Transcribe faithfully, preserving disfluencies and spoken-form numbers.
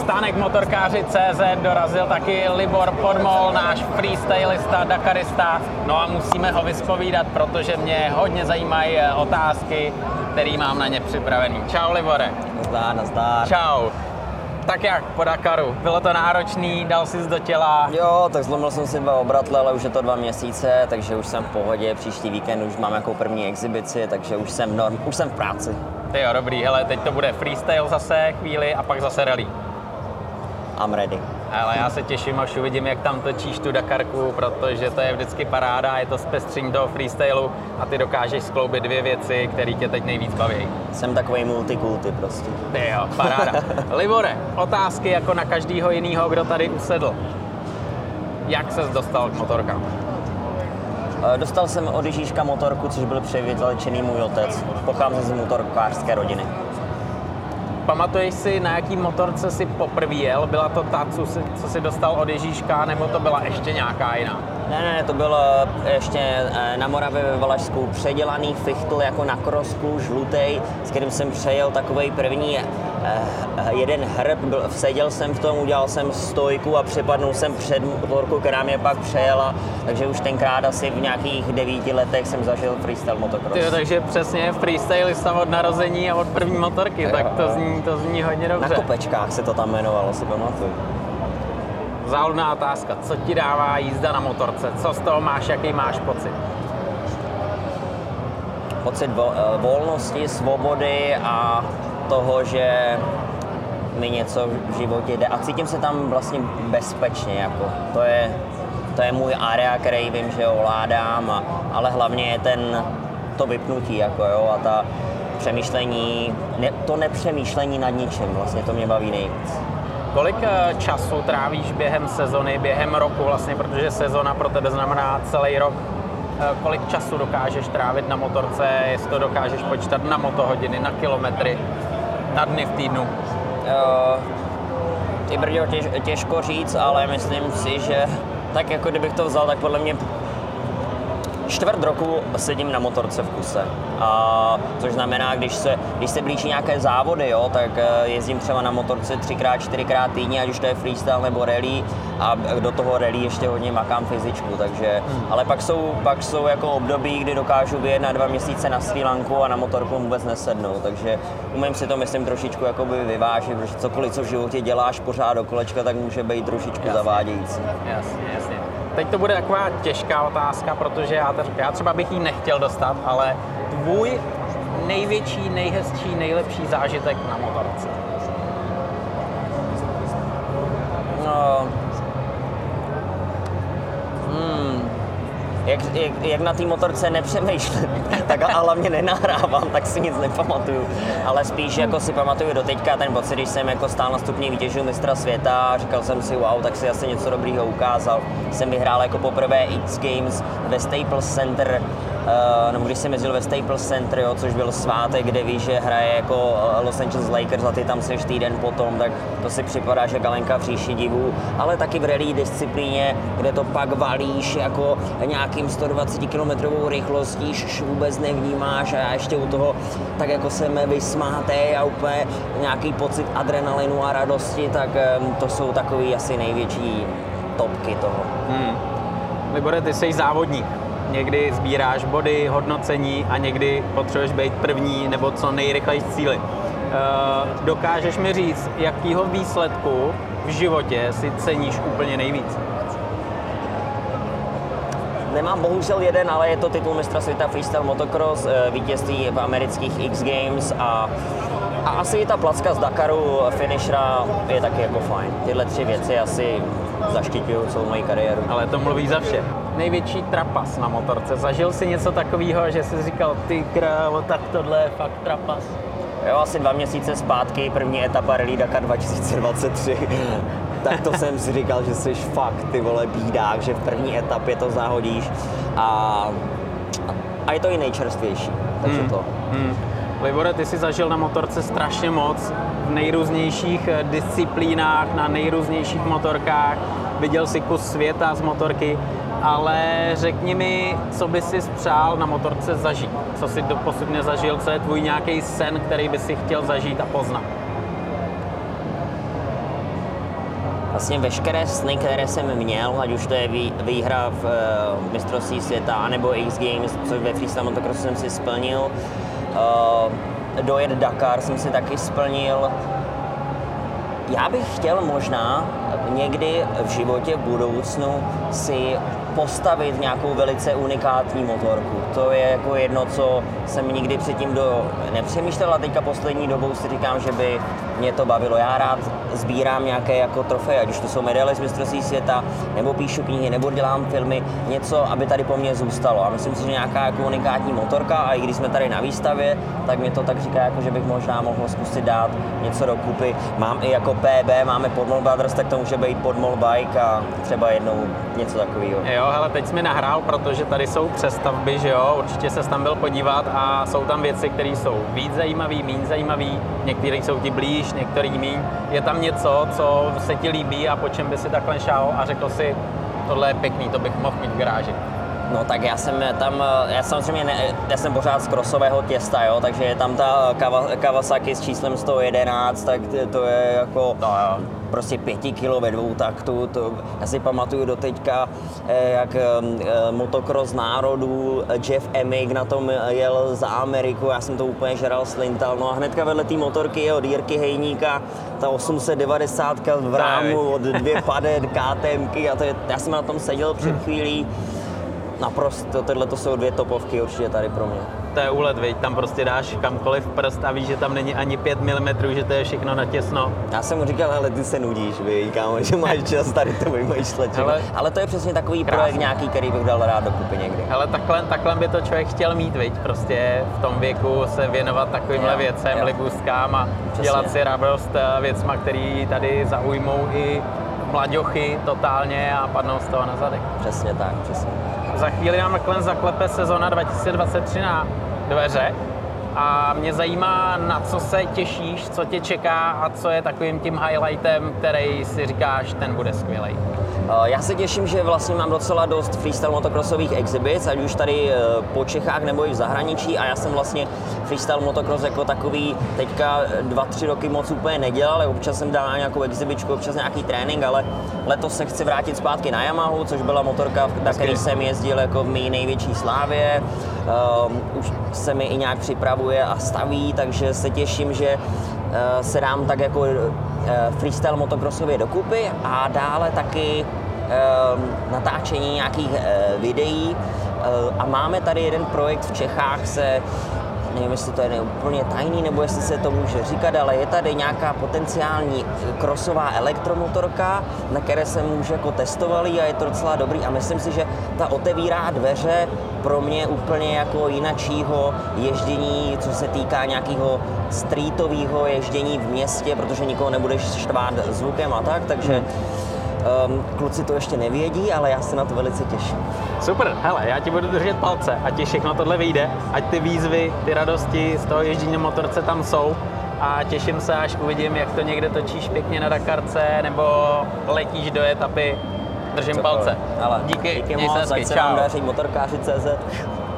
Stánek motorkáři tečka cé zet dorazil taky Libor Podmol, náš freestylista, dakarista. No a musíme ho vyspovídat, protože mě hodně zajímají otázky, které mám na ně připravený. Čau Libore. Nazdár, nazdár. Čau. Tak jak po Dakaru? Bylo to náročný, dal jsi do těla? Jo, tak zlomil jsem si dva obratle, ale už je to dva měsíce, takže už jsem v pohodě. Příští víkend už mám jako první exibici, takže už jsem, norm, už jsem v práci. Ty jo, dobrý, hele, teď to bude freestyle zase chvíli a pak zase rally. I'm ready. Ale já se těším, až uvidím, jak tam točíš tu Dakarku, protože to je vždycky paráda, je to zpestření toho freestylu a ty dokážeš skloubit dvě věci, které tě teď nejvíc baví. Jsem takovej multikulty prostě. Ty jo, paráda. Libore, otázky jako na každýho jinýho, kdo tady usedl. Jak ses dostal k motorkám? Dostal jsem od Ježíška motorku, což byl převytlačený můj otec. Pocházím z motorkářské rodiny. Pamatuješ si, na jaký motorce jsi poprvé jel? Byla to ta, co jsi, co jsi dostal od Ježíška, nebo to byla ještě nějaká jiná? Ne, ne, ne, to bylo ještě na Moravě ve Valašsku předělaný fichtl jako na krosku, žlutej, s kterým jsem přejel takovej první eh, jeden hrb, byl, seděl jsem v tom, udělal jsem stojku a přepadnul jsem před motorku, která mě pak přejela, takže už tenkrát asi v nějakých devíti letech jsem zažil freestyle motocross. Tyjo, takže přesně freestylista od narození a od první motorky, jo, tak to zní, to zní hodně dobře. Na Kopečkách se to tam jmenovalo, si pamatuju. Záludná otázka, co ti dává jízda na motorce? Co z toho máš, jaký máš pocit? Pocit vo, volnosti, svobody a toho, že mi něco v životě jde a cítím se tam vlastně bezpečně, jako. To je, to je můj area, který vím, že ovládám, a, ale hlavně je ten, to vypnutí, jako jo, a ta přemýšlení, ne, to nepřemýšlení nad ničím, vlastně to mě baví nejvíc. Kolik času trávíš během sezony, během roku vlastně, protože sezona pro tebe znamená celý rok. Kolik času dokážeš trávit na motorce, jestli to dokážeš počítat na motohodiny, na kilometry, na dny v týdnu? Uh, ty brďo, těž, těžko říct, ale myslím si, že tak jako kdybych to vzal, tak podle mě čtvrt roku sedím na motorce v kuse, a, což znamená, když se, když se blíží nějaké závody, jo, tak jezdím třeba na motorce třikrát, čtyřikrát týdně, ať už to je freestyle nebo rally, a do toho rally ještě hodně makám fyzičku, takže, hmm. ale pak jsou, pak jsou jako období, kdy dokážu vyjet na dva měsíce na Srí Lanku a na motorku vůbec nesednou, takže umím si to, myslím, trošičku jakoby vyvážit, protože cokoliv, co v životě děláš pořád do kolečka, tak může být trošičku jasně. zavádějící. Jasně, jasně. Teď to bude taková těžká otázka, protože já, to, já třeba bych ji nechtěl dostat, ale tvůj největší, nejhezčí, nejlepší zážitek na motorce? No, hmm, jak, jak, jak na té motorce nepřemýšlím, tak a hlavně nenahrávám, tak si nic nepamatuju. Ale spíš jako si pamatuju doteďka ten pocit, když jsem jako stál na stupni vítězů mistra světa a říkal jsem si wow, tak si asi něco dobrýho ukázal. Jsem vyhrál jako poprvé X Games ve Staples Center, Uh, nebo když jsem jezdil ve Staples Center, jo, což byl svátek, kde víš, že hraje jako Los Angeles Lakers a ty tam seš týden potom, tak to si připadá, že galenka v říši divů, ale taky v rally disciplíně, kde to pak valíš jako nějakým sto dvacet kilometrovou rychlostí, vůbec nevnímáš a ještě u toho tak jako jsem vysmátej a úplně nějaký pocit adrenalinu a radosti, tak um, to jsou takový asi největší topky toho. Hmm. Libore, ty jsi závodník. Někdy sbíráš body, hodnocení a někdy potřebuješ být první nebo co nejrychleji cíli. E, dokážeš mi říct, jakýho výsledku v životě si ceníš úplně nejvíc? Nemám bohužel jeden, ale je to titul mistra světa freestyle motocross, vítězství v amerických X Games a, a asi i ta placka z Dakaru, finishera je taky jako fajn. Tyhle tři věci asi zaštiťují celou moji kariéru. Ale to mluví za vše. Největší trapas na motorce. Zažil jsi něco takového, že jsi říkal, ty krávo, tak tohle je fakt trapas? Jo, asi dva měsíce zpátky, první etapa Rally Dakar dva tisíce dvacet tři. Tak to jsem si říkal, že jsi fakt, ty vole, bídák, že v první etapě to zahodíš a, a je to i nejčerstvější, takže hmm. to. Hmm. Libore, ty jsi zažil na motorce strašně moc, v nejrůznějších disciplínách, na nejrůznějších motorkách, viděl jsi kus světa z motorky, ale řekni mi, co by si přál na motorce zažít, co jsi doposud nezažil, co je tvůj nějaký sen, který by si chtěl zažít a poznat? vlastně veškeré sny, které jsem měl, ať už to je vý, výhra v uh, mistrovství světa, anebo X Games, což ve freestyle motocrossu jsem si splnil, uh, dojet Dakar jsem si taky splnil. Já bych chtěl možná někdy v životě, v budoucnu si postavit nějakou velice unikátní motorku. To je jako jedno, co jsem nikdy předtím do nepřemýšlel a teďka poslední dobou si říkám, že by mě to bavilo. Já rád sbírám nějaké jako trofeje, ať už to jsou medaile z mistrovství světa, nebo píšu knihy, nebo dělám filmy, něco, aby tady po mně zůstalo. A myslím si, že nějaká jako unikátní motorka, a i když jsme tady na výstavě, tak mě to tak říká, jako, že bych možná mohl zkusit dát něco dokupy. Mám i jako P B, máme Podmol Brothers, tak to může být Podmol Bike a třeba jednou něco takového. Jo, hele, teď jsi mi nahrál, protože tady jsou přestavby, že jo, určitě ses tam byl podívat a jsou tam věci, které jsou víc zajímavý, méně zajímavý, některé jsou ti blíž, některý míň. Je tam něco, co se ti líbí a po čem by si takhle šel a řekl si, tohle je pěkný, to bych mohl mít v garáži. No tak já jsem tam, já samozřejmě ne, já jsem pořád z krosového těsta, jo, takže je tam ta Kawasaki s číslem sto jedenáct, tak to je jako no, jo. prostě pěti kilo ve dvou taktu. To, já si pamatuju doteďka, jak motocross národů Jeff Emig na tom jel za Ameriku, já jsem to úplně žral slintal. No a hnedka vedle té motorky je od Jirky Hejníka ta osm set devadesát v rámu od dvě pade KTMky a to je, já jsem na tom seděl před chvílí. Naprosto, tohle to jsou dvě topovky určitě tady pro mě. To je úlet, viď? Tam prostě dáš kamkoliv prst a víš, že tam není ani pět milimetrů, že to je všechno natěsno. Já jsem mu říkal, hele, ty se nudíš, víš, kámo, že máš čas tady to vymýšlet. Ale, ale to je přesně takový krásný projekt nějaký, který bych dal rád dokupy někdy. Ale takhle, takhle by to člověk chtěl mít, viď? Prostě v tom věku se věnovat takovýmhle jo, věcem, jo. libůzkám a přesně. dělat si radost věcma, který tady zaujmou i mlaďochy totálně a padnou z toho na zadek. Přesně tak, přesně. Za chvíli nám takhle zaklepe sezona dva tisíce dvacet tři na dveře a mě zajímá, na co se těšíš, co tě čeká a co je takovým tím highlightem, který si říkáš, ten bude skvělej. Já se těším, že vlastně mám docela dost freestyle motocrossových exhibits, ať už tady po Čechách nebo i v zahraničí, a já jsem vlastně freestyle motocross jako takový teďka dva, tři roky moc úplně nedělal, ale občas jsem dal nějakou exhibičku, občas nějaký trénink, ale letos se chci vrátit zpátky na Yamahu, což byla motorka, na který jsem jezdil jako v mé největší slávě. Um, už se mi i nějak připravuje a staví, takže se těším, že uh, se dám tak jako uh, freestyle motocrossově dokupy a dále taky uh, natáčení nějakých uh, videí. Uh, a máme tady jeden projekt v Čechách, se nevím, jestli to je úplně tajný, nebo jestli se to může říkat, ale je tady nějaká potenciální krosová elektromotorka, na které se může jako testovali a je to docela dobrý a myslím si, že ta otevírá dveře pro mě úplně jako jinačího ježdění, co se týká nějakého streetového ježdění v městě, protože nikoho nebudeš štvát zvukem a tak, takže Um, kluci to ještě nevědí, ale já se na to velice těším. Super, hele, já ti budu držet palce, ať ti všechno tohle vyjde, ať ty výzvy, ty radosti z toho ježdění na motorce tam jsou a těším se, až uvidím, jak to někde točíš pěkně na Dakarce nebo letíš do etapy. Držím Cokoliv. palce. Ale díky, díky moc, ať se nám daří motorkáři tečka cé zet.